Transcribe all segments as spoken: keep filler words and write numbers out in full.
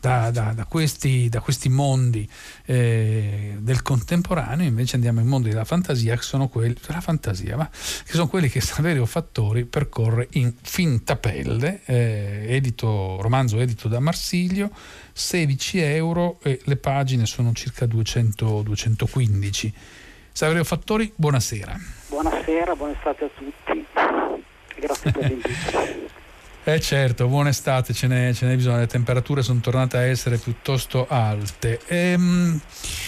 da, da, da, questi, da questi mondi eh, del contemporaneo, invece andiamo ai mondi della fantasia, che sono quelli della fantasia, ma che sono quelli che Saverio Fattori percorre in Finta pelle, eh, edito, romanzo edito da Marsilio, sedici euro, e le pagine sono circa duecento duecentoquindici. Saverio Fattori, buonasera. Buonasera, buona estate a tutti. Grazie per l'invito. Eh certo, buona estate, ce n'è, ce n'è bisogno, le temperature sono tornate a essere piuttosto alte. Ehm,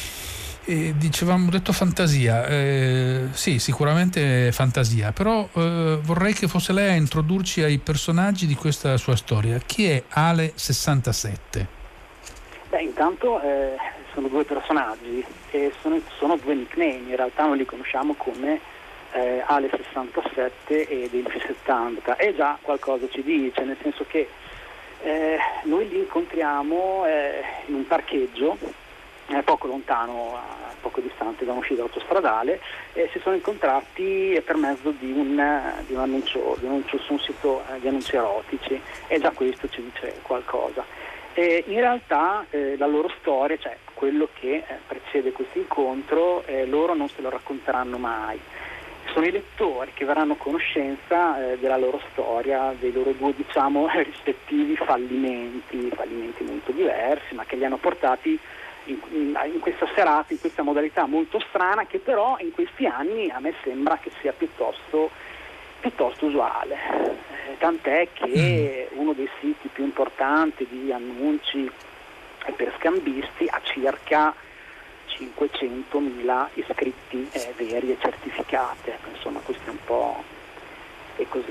e dicevamo, detto fantasia, eh, sì, sicuramente fantasia, però eh, vorrei che fosse lei a introdurci ai personaggi di questa sua storia. Chi è Ale sessantasette? Beh, intanto eh, sono due personaggi e sono, sono due nickname, in realtà non li conosciamo come eh, Ale sessantasette e Delphi settanta, e già qualcosa ci dice, nel senso che eh, noi li incontriamo eh, in un parcheggio eh, poco lontano, a poco distante da un'uscita autostradale, e si sono incontrati per mezzo di un, di un annuncio, di un annuncio su un sito eh, di annunci erotici, e già questo ci dice qualcosa. E in realtà eh, la loro storia, cioè quello che eh, precede questo incontro, eh, loro non se lo racconteranno mai. Sono i lettori che verranno a conoscenza eh, della loro storia, dei loro due, diciamo, rispettivi fallimenti, fallimenti molto diversi, ma che li hanno portati in, in, in questa serata, in questa modalità molto strana, che però in questi anni a me sembra che sia piuttosto, piuttosto usuale. Eh, tant'è che uno dei siti più importanti di annunci per scambisti ha circa cinquecentomila iscritti eh, veri e certificati. Insomma, questo è un po' è così.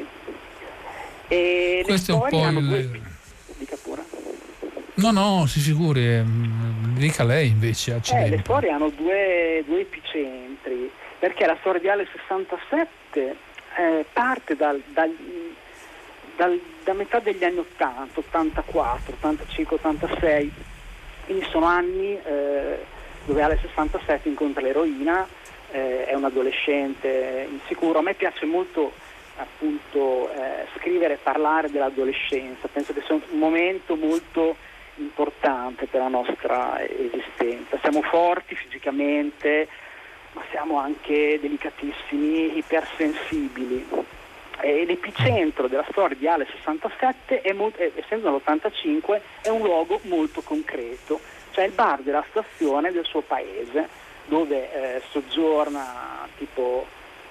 E questo è un po' hanno il... due... Dica pure. No, no, si figuri, eh, dica lei invece. Eh, le storie hanno due, due epicentri, perché la storia di Ale sessantasette eh, parte dal, dal, dal, da metà degli anni ottanta, ottantaquattro, ottantacinque, ottantasei, quindi sono anni eh, dove Ale sessantasette incontra l'eroina, eh, è un adolescente insicuro. A me piace molto appunto eh, scrivere e parlare dell'adolescenza, penso che sia un momento molto importante per la nostra esistenza. Siamo forti fisicamente, ma siamo anche delicatissimi, ipersensibili. E l'epicentro della storia di Ale sessantasette, è molto, essendo l'ottantacinque, è un luogo molto concreto, cioè il bar della stazione del suo paese, dove eh, soggiorna tipo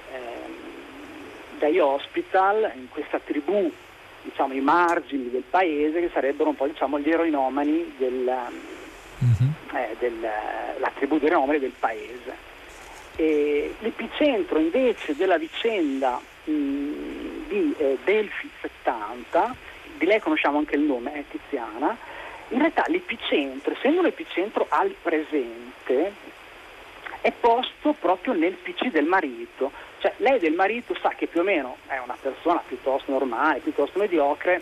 eh, dai hospital, in questa tribù, diciamo i margini del paese, che sarebbero un po', diciamo, gli eroinomani del, mm-hmm. eh, del, la tribù dei eroinomani del paese. E l'epicentro invece della vicenda mh, di eh, Delphi settanta, di lei conosciamo anche il nome, è Tiziana. In realtà l'epicentro, essendo l'epicentro al presente, è posto proprio nel P C del marito. Cioè lei del marito sa che più o meno è una persona piuttosto normale, piuttosto mediocre.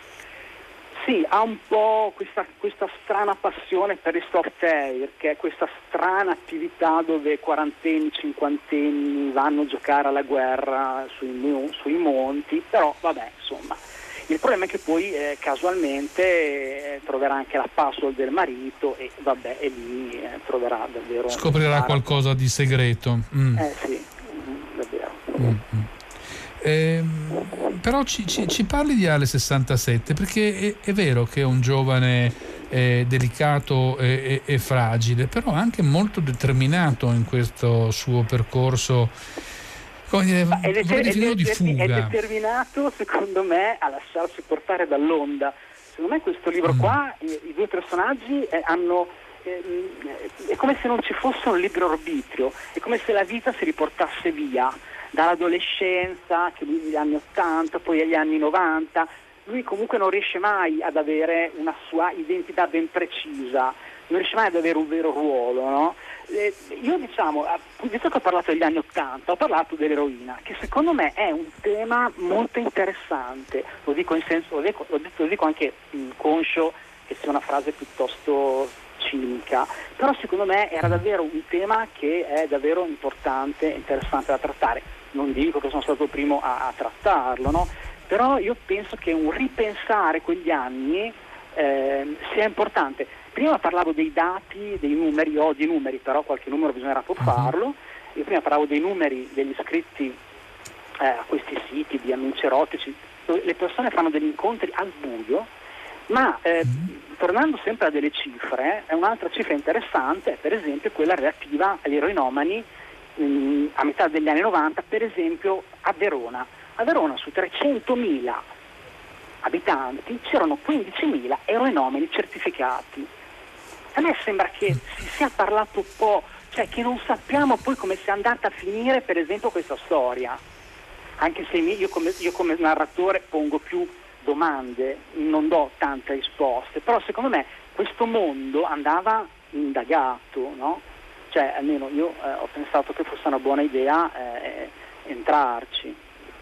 Sì, ha un po' questa, questa strana passione per il software, che è questa strana attività dove quarantenni, cinquantenni vanno a giocare alla guerra sui, sui monti, però vabbè, insomma. Il problema è che poi eh, casualmente eh, troverà anche la password del marito e vabbè, e lì eh, troverà davvero... Scoprirà qualcosa di segreto. Mm. Eh sì, mm, davvero. Mm-hmm. Eh, però ci, ci, ci parli di Ale sessantasette, perché è, è vero che è un giovane eh, delicato e, e, e fragile, però anche molto determinato in questo suo percorso, come dire, è, deter- è, di fuga. È determinato, secondo me, a lasciarsi portare dall'onda. Secondo me questo libro mm. qua, i, i due personaggi eh, hanno eh, è come se non ci fosse un libero arbitrio, è come se la vita si riportasse via dall'adolescenza, che lui negli anni ottanta, poi agli anni novanta. Lui comunque non riesce mai ad avere una sua identità ben precisa, non riesce mai ad avere un vero ruolo, no? Eh, io diciamo, visto che ho parlato degli anni ottanta, ho parlato dell'eroina, che secondo me è un tema molto interessante, lo dico in senso, lo dico, lo dico, lo dico anche mh, conscio che sia una frase piuttosto cinica, però secondo me era davvero un tema che è davvero importante e interessante da trattare. Non dico che sono stato il primo a, a trattarlo, no? Però io penso che un ripensare quegli anni eh, sia importante. Prima parlavo dei dati, dei numeri, io odio i numeri, però qualche numero bisognerà pur farlo. Io prima parlavo dei numeri degli iscritti eh, a questi siti di amici erotici, dove le persone fanno degli incontri al buio, ma eh, tornando sempre a delle cifre, è un'altra cifra interessante, è per esempio quella relativa agli eroinomani mh, a metà degli anni novanta, per esempio a Verona. A Verona su trecentomila abitanti c'erano quindicimila eroinomani certificati. A me sembra che si sia parlato un po', cioè che non sappiamo poi come sia andata a finire per esempio questa storia, anche se io come, io come narratore pongo più domande, non do tante risposte, però secondo me questo mondo andava indagato, no? Cioè almeno io eh, ho pensato che fosse una buona idea eh, entrarci.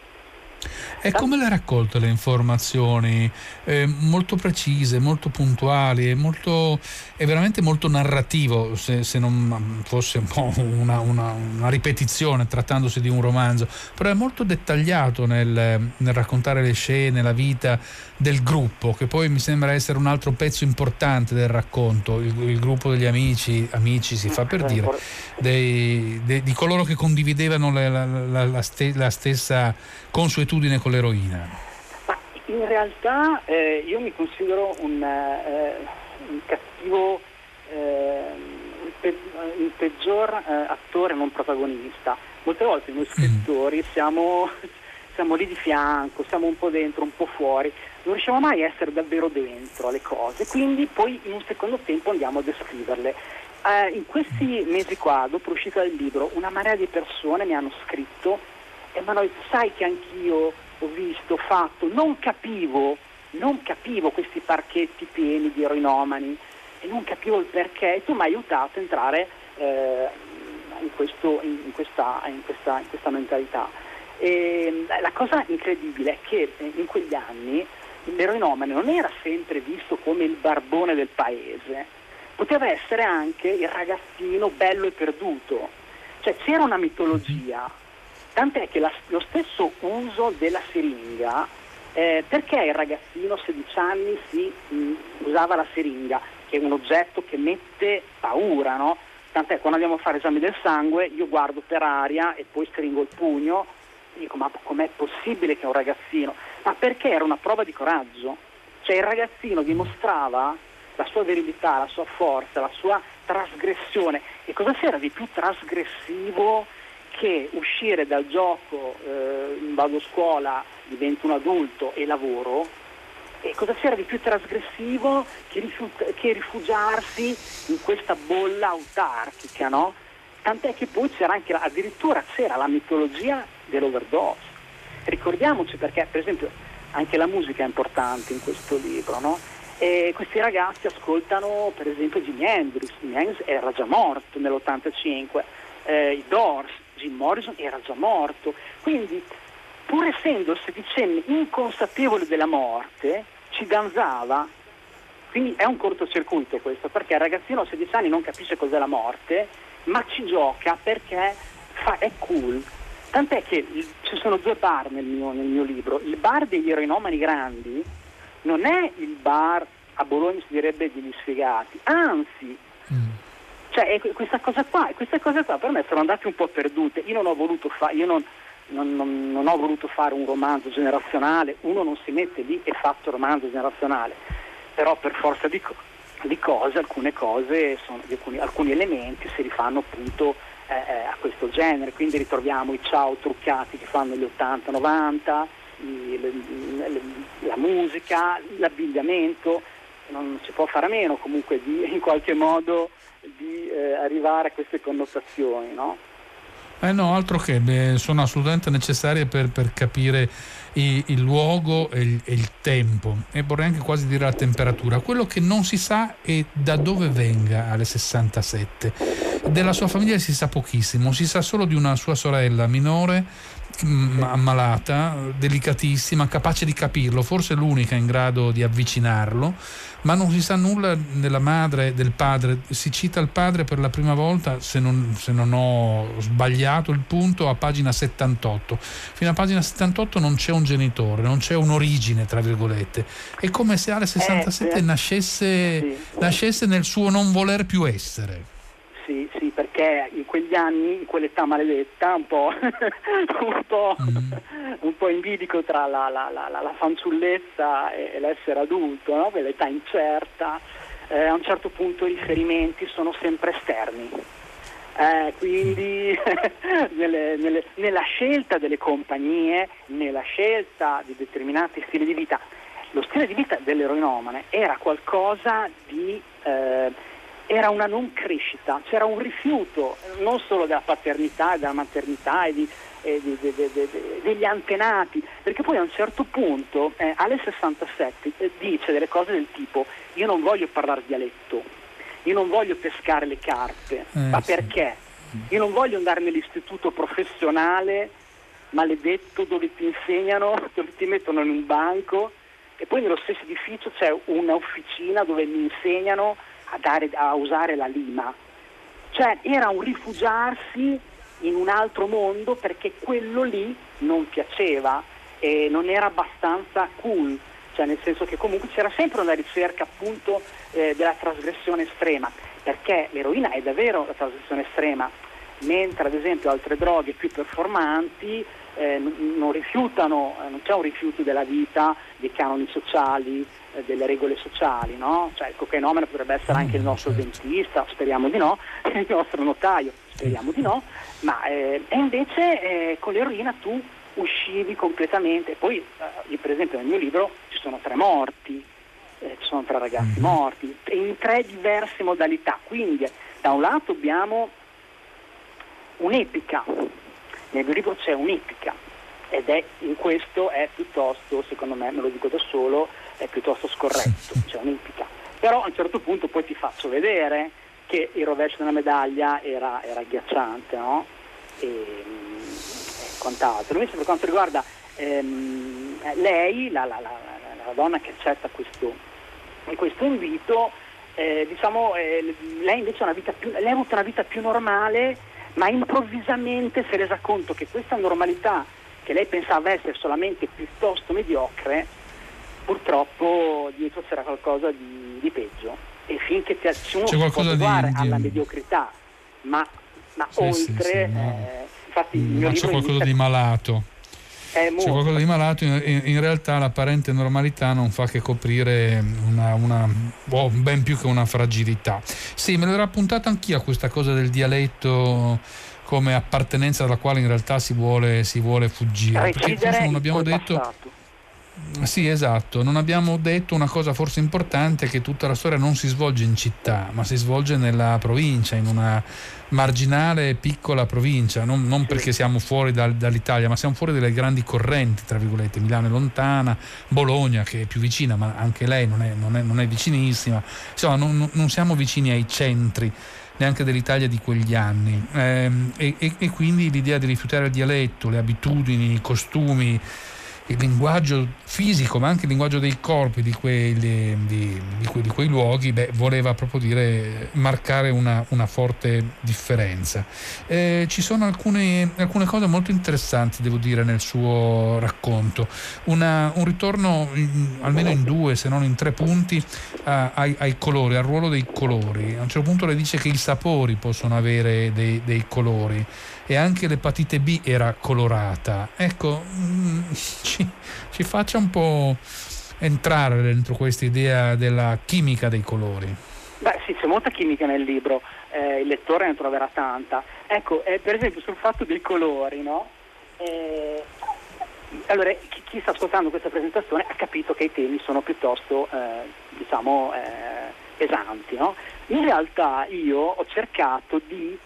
E come le raccolte le informazioni? Eh, molto precise, molto puntuali, è, molto, è veramente molto narrativo, se, se non fosse un po' una, una, una ripetizione trattandosi di un romanzo, però è molto dettagliato nel, nel raccontare le scene, la vita del gruppo, che poi mi sembra essere un altro pezzo importante del racconto, il, il gruppo degli amici, amici si fa per dire, dei, dei, di coloro che condividevano la, la, la, la, ste, la stessa consuetudine con l'eroina. Ma in realtà eh, io mi considero un, eh, un cattivo, eh, il, pe- il peggior eh, attore non protagonista. Molte volte noi scrittori mm. siamo, siamo lì di fianco, siamo un po' dentro, un po' fuori, non riusciamo mai a essere davvero dentro alle cose, quindi poi in un secondo tempo andiamo a descriverle. Eh, in questi mesi qua, dopo l'uscita del libro, una marea di persone mi hanno scritto e mi hanno detto: sai che anch'io ho visto, ho fatto, non capivo, non capivo questi parchetti pieni di eroinomani e non capivo il perché, e tu mi hai aiutato a entrare eh, in, questo, in, in, questa, in, questa, in questa mentalità. E la cosa incredibile è che in quegli anni l'eroinomane non era sempre visto come il barbone del paese, poteva essere anche il ragazzino bello e perduto, cioè c'era una mitologia, tant'è che la, lo stesso uso della siringa, eh, perché il ragazzino a sedici anni si mh, usava la siringa, che è un oggetto che mette paura, no? Tant'è quando andiamo a fare esami del sangue io guardo per aria e poi stringo il pugno e dico: ma com'è possibile che un ragazzino? Ma perché era una prova di coraggio, cioè il ragazzino dimostrava la sua verità, la sua forza, la sua trasgressione. E cosa c'era di più trasgressivo che uscire dal gioco, eh, vado a scuola, divento un adulto e lavoro? E cosa c'era di più trasgressivo che, rifiut- che rifugiarsi in questa bolla autarchica, no? Tant'è che poi c'era anche, la, addirittura c'era la mitologia dell'overdose. Ricordiamoci, perché per esempio anche la musica è importante in questo libro, no? E questi ragazzi ascoltano per esempio Jimi Hendrix. Jimi Hendrix era già morto nell'ottantacinque, eh, i Doors, Jim Morrison era già morto, quindi pur essendo sedicenne inconsapevole della morte ci danzava. Quindi è un cortocircuito questo, perché il ragazzino a sedici anni non capisce cos'è la morte, ma ci gioca perché fa, è cool. Tant'è che ci sono due bar nel mio, nel mio libro. Il bar degli eroinomani grandi non è il bar, a Bologna si direbbe, degli sfigati, anzi, mm. cioè questa cosa qua, queste cose qua per me sono andate un po' perdute. Io non ho voluto fare, io non, non, non, non ho voluto fare un romanzo generazionale, uno non si mette lì e fa il romanzo generazionale, però per forza di, di cose, alcune cose, sono, alcuni, alcuni elementi si rifanno appunto eh, a questo genere, quindi ritroviamo i ciao truccati che fanno gli ottanta novanta, i, le, le, la musica, l'abbigliamento, non si può fare a meno comunque di in qualche modo di eh, arrivare a queste connotazioni, no? Eh no, altro che, beh, sono assolutamente necessarie per, per capire il, il luogo e il, e il tempo, e vorrei anche quasi dire la temperatura. Quello che non si sa è da dove venga alle sessantasette. Della sua famiglia si sa pochissimo, si sa solo di una sua sorella minore ammalata, delicatissima, capace di capirlo, forse l'unica in grado di avvicinarlo, ma non si sa nulla della madre, del padre. Si cita il padre per la prima volta, se non, se non ho sbagliato il punto, a pagina settantotto. Fino a pagina settantotto non c'è un genitore, non c'è un'origine, tra virgolette. È come se Ale sessantasette eh, nascesse, sì. nascesse nel suo non voler più essere. Sì, sì, perché in quegli anni, in quell'età maledetta, un po', un po', mm. un po' in bilico tra la, la, la, la fanciullezza e l'essere adulto, no? Quell'età incerta, eh, a un certo punto i riferimenti sono sempre esterni. Eh, quindi nelle, nelle, nella scelta delle compagnie, nella scelta di determinati stili di vita, lo stile di vita dell'eroinomane era qualcosa di... Eh, era una non crescita, c'era un rifiuto non solo della paternità e della maternità e, di, e di, de, de, de, de, degli antenati, perché poi a un certo punto eh, Ale sessantasette eh, dice delle cose del tipo: io non voglio parlare dialetto, io non voglio pescare le carpe, eh, ma sì. Perché? Io non voglio andare nell'istituto professionale maledetto dove ti insegnano, dove ti mettono in un banco e poi nello stesso edificio c'è una officina dove mi insegnano A, dare, a usare la lima. Cioè era un rifugiarsi in un altro mondo perché quello lì non piaceva e non era abbastanza cool, cioè nel senso che comunque c'era sempre una ricerca appunto eh, della trasgressione estrema, perché l'eroina è davvero la trasgressione estrema, mentre ad esempio altre droghe più performanti eh, non rifiutano, eh, non c'è un rifiuto della vita, dei canoni sociali, eh, delle regole sociali, no? Cioè il cocainomane potrebbe essere anche il nostro certo. dentista, speriamo di no, il nostro notaio, speriamo di no, ma eh, e invece eh, con l'eroina tu uscivi completamente. Poi eh, io per esempio nel mio libro ci sono tre morti, eh, ci sono tre ragazzi morti in tre diverse modalità, quindi da un lato abbiamo un'epica, nel mio libro c'è un'epica ed è in questo è piuttosto, secondo me, me lo dico da solo, è piuttosto scorretto, c'è un'epica, però a un certo punto poi ti faccio vedere che il rovescio della medaglia era, era agghiacciante, no? E, e quant'altro. Invece per quanto riguarda ehm, lei, la, la, la, la donna che accetta questo, questo invito, eh, diciamo eh, lei invece ha una vita più, lei ha avuto una vita più normale, ma improvvisamente si è resa conto che questa normalità che lei pensava essere solamente piuttosto mediocre, purtroppo dietro c'era qualcosa di, di peggio, e finché ti, uno c'è si può arrivare di... alla mediocrità, ma, ma sì, oltre sì, sì, no. eh, infatti mm, il mio ma c'è qualcosa di malato. C'è qualcosa di malato, in, in realtà l'apparente normalità non fa che coprire una, una oh, ben più che una fragilità. Sì, me l'ero appuntato anch'io a questa cosa del dialetto come appartenenza dalla quale in realtà si vuole, si vuole fuggire. Perché forse non abbiamo detto... passato. Sì, esatto, non abbiamo detto una cosa forse importante, che tutta la storia non si svolge in città, ma si svolge nella provincia, in una marginale piccola provincia, non, non perché siamo fuori dal, dall'Italia, ma siamo fuori dalle grandi correnti, tra virgolette. Milano è lontana, Bologna che è più vicina, ma anche lei non è, non è, non è vicinissima, insomma non, non siamo vicini ai centri neanche dell'Italia di quegli anni, eh, e, e, e quindi l'idea di rifiutare il dialetto, le abitudini, i costumi, il linguaggio fisico, ma anche il linguaggio dei corpi di quei, di, di, di quei, di quei luoghi, beh, voleva proprio dire marcare una, una forte differenza. Eh, ci sono alcune, alcune cose molto interessanti, devo dire, nel suo racconto. Una, un ritorno in, almeno in due, se non in tre punti, a, ai, ai colori, al ruolo dei colori. A un certo punto le dice che i sapori possono avere dei, dei colori, e anche l'epatite B era colorata. Ecco, mh, ci, ci faccia un po' entrare dentro questa idea della chimica dei colori. Beh sì, c'è molta chimica nel libro, eh, il lettore ne troverà tanta. Ecco, eh, per esempio sul fatto dei colori, no? Eh, allora, chi, chi sta ascoltando questa presentazione ha capito che i temi sono piuttosto, eh, diciamo, eh, pesanti, no? In realtà io ho cercato di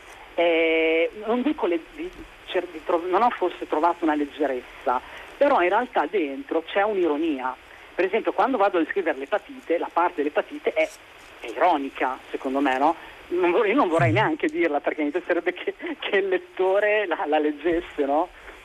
Eh, non dico le, di, di, di, non ho forse trovato una leggerezza, però in realtà dentro c'è un'ironia. Per esempio, quando vado a descrivere l'epatite, la parte dell'epatite è, è ironica, secondo me, no? Non vorrei, io non vorrei neanche dirla, perché mi piacerebbe che, che il lettore la, la leggesse, no?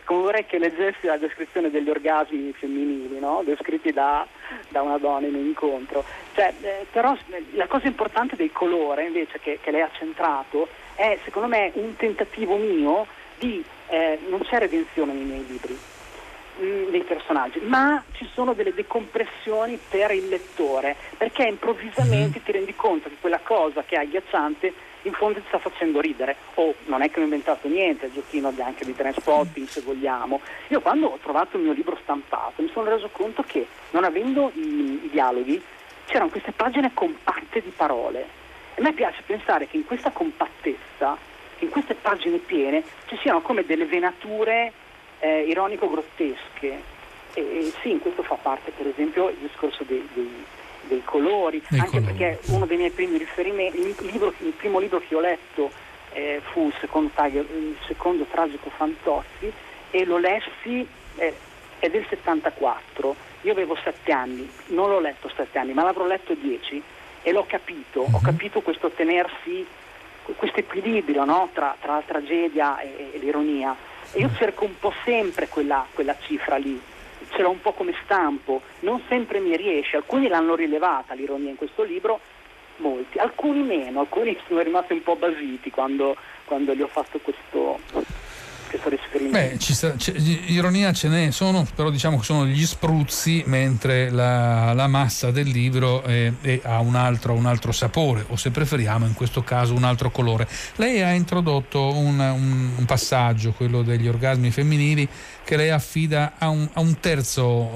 come vorrei che leggessi la descrizione degli orgasmi femminili, no? Descritti da, da una donna in un incontro. Cioè, eh, però la cosa importante del colore invece che, che lei ha centrato è secondo me un tentativo mio di eh, non c'è redenzione nei miei libri mh, dei personaggi, ma ci sono delle decompressioni per il lettore, perché improvvisamente ti rendi conto che quella cosa che è agghiacciante in fondo ti sta facendo ridere. O non è che ho inventato niente, il giochino anche di Trainspotting, se vogliamo. Io quando ho trovato il mio libro stampato mi sono reso conto che, non avendo i, i dialoghi, c'erano queste pagine compatte di parole. E a me piace pensare che in questa compattezza, in queste pagine piene, ci siano come delle venature eh, ironico-grottesche. E, e sì, in questo fa parte per esempio il discorso dei, dei, dei colori, dei anche colori. Perché uno dei miei primi riferimenti, il, libro, il primo libro che ho letto eh, fu il secondo, il secondo Tragico Fantozzi, e lo lessi, eh, è del settantaquattro, io avevo sette anni, non l'ho letto sette anni, ma l'avrò letto dieci, e l'ho capito, ho capito questo tenersi, questo equilibrio, no? tra, tra la tragedia e, e l'ironia. E io cerco un po' sempre quella, quella cifra lì, ce l'ho un po' come stampo, non sempre mi riesce, alcuni l'hanno rilevata l'ironia in questo libro, molti, alcuni meno, alcuni sono rimasti un po' basiti quando, quando gli ho fatto questo, questo riferimento. Beh, ci sta, c- ironia ce n'è, sono, però diciamo che sono gli spruzzi, mentre la, la massa del libro è, è, ha un altro, un altro sapore, o se preferiamo in questo caso un altro colore. Lei ha introdotto un, un, un passaggio, quello degli orgasmi femminili, che lei affida a un, a un terzo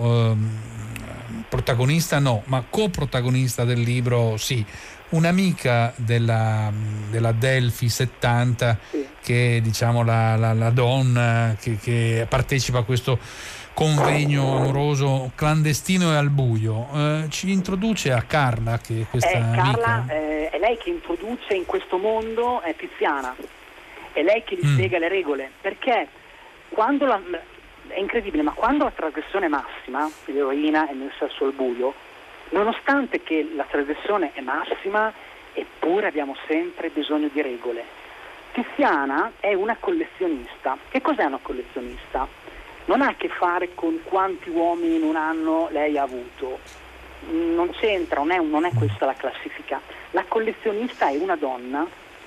ehm, protagonista, no, ma coprotagonista del libro, sì, un'amica della, della Delphi settanta, Sì. che è diciamo la, la, la donna che, che partecipa a questo convegno amoroso clandestino e al buio. Eh, ci introduce a Carla, che è questa eh, Carla amica. eh, è lei che introduce in questo mondo è Tiziana, è lei che gli Mm. spiega le regole, perché quando la, è incredibile, ma quando la trasgressione è massima, l'eroina è nel sesso al buio, nonostante che la trasgressione è massima, eppure abbiamo sempre bisogno di regole. Tiziana è una collezionista. Che cos'è una collezionista? Non ha a che fare con quanti uomini in un anno lei ha avuto, non c'entra, non è, non è questa la classifica. La collezionista è una donna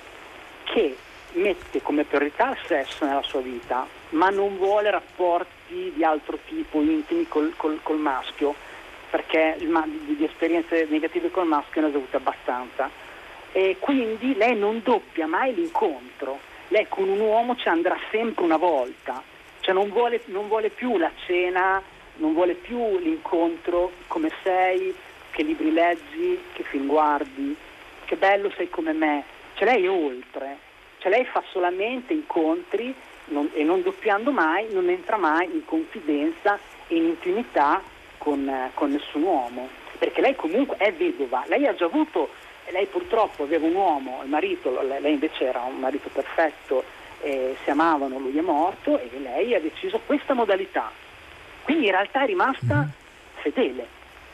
che mette come priorità il sesso nella sua vita, ma non vuole rapporti di altro tipo intimi col, col, col maschio, perché il, di, di esperienze negative col maschio ne ha avute abbastanza, e quindi lei non doppia mai l'incontro. Lei con un uomo ci andrà sempre una volta, cioè non vuole, non vuole più la cena, non vuole più l'incontro, come sei, che libri leggi, che film guardi, che bello sei come me. Cioè lei è oltre, cioè lei fa solamente incontri non, e non doppiando mai, non entra mai in confidenza e in intimità con, eh, con nessun uomo, perché lei comunque è vedova, lei ha già avuto, lei purtroppo aveva un uomo, il marito, lei invece era un marito perfetto, eh, si amavano, lui è morto e lei ha deciso questa modalità, quindi in realtà è rimasta mm. fedele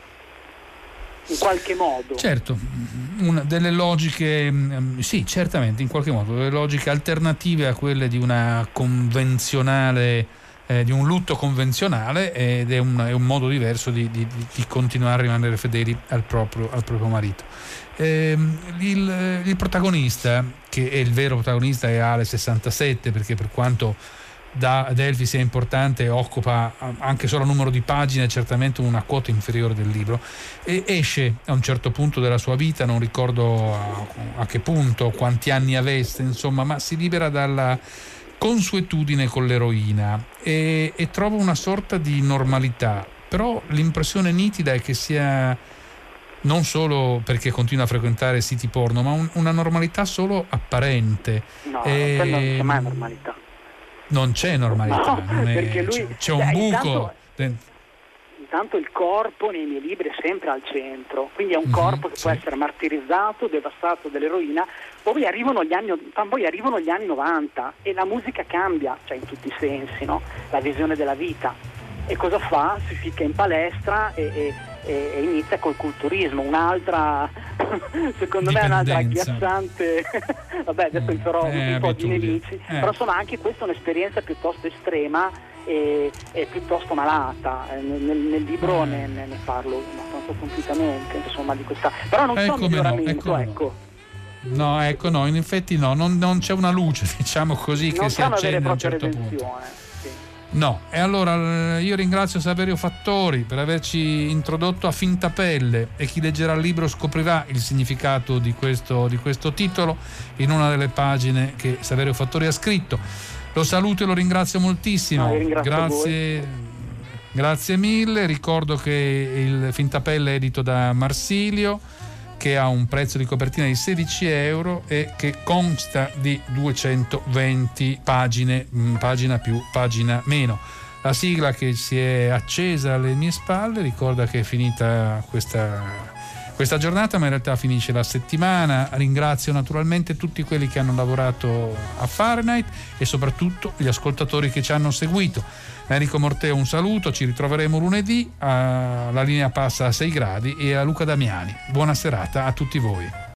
in qualche modo. Certo, una delle logiche, sì, certamente, in qualche modo, delle logiche alternative a quelle di una convenzionale, eh, di un lutto convenzionale, ed è un, è un modo diverso di, di, di continuare a rimanere fedeli al proprio, al proprio marito. Eh, il, il protagonista, che è il vero protagonista, è Ale sessantasette, perché per quanto da Delphi sia importante, occupa anche solo numero di pagine certamente una quota inferiore del libro, e esce a un certo punto della sua vita, non ricordo a, a che punto, quanti anni avesse, insomma, ma si libera dalla consuetudine con l'eroina e, e trova una sorta di normalità, però l'impressione nitida è che sia non solo perché continua a frequentare siti porno, ma un, una normalità solo apparente. No, e, non c'è mai normalità. Non c'è normalità, no, non è, perché lui, c'è, c'è un cioè, buco. Intanto, dentro. intanto il corpo nei miei libri è sempre al centro, quindi è un Mm-hmm, corpo che sì. può essere martirizzato, devastato dall'eroina, poi arrivano gli anni, poi arrivano gli anni novanta e la musica cambia, cioè in tutti i sensi, no? La visione della vita. E cosa fa? Si ficca in palestra e, e, e, e inizia col culturismo, un'altra, secondo me è un'altra agghiacciante, vabbè adesso farò eh, un po' di abitudine. nemici, eh. però insomma anche questa è un'esperienza piuttosto estrema è, è piuttosto malata. Nel, nel libro ne, ne parlo abbastanza compiutamente, insomma, di questa, però non ecco c'è un miglioramento, no, ecco. No, ecco, no, in effetti no, non, non c'è una luce, diciamo così, non che si accende a un certo punto. Sì. No, e allora io ringrazio Saverio Fattori per averci introdotto a Fintapelle, e chi leggerà il libro scoprirà il significato di questo, di questo titolo in una delle pagine che Saverio Fattori ha scritto. Lo saluto e lo ringrazio moltissimo. No, ringrazio grazie, voi. Grazie mille. Ricordo che il Fintapelle è edito da Marsilio, che ha un prezzo di copertina di sedici euro e che consta di duecentoventi pagine, pagina più, pagina meno. La sigla che si è accesa alle mie spalle ricorda che è finita questa, questa giornata, ma in realtà finisce la settimana. Ringrazio naturalmente tutti quelli che hanno lavorato a Fahrenheit e soprattutto gli ascoltatori che ci hanno seguito. Enrico Morteo un saluto, ci ritroveremo lunedì, la linea passa a sei gradi, e a Luca Damiani. Buona serata a tutti voi.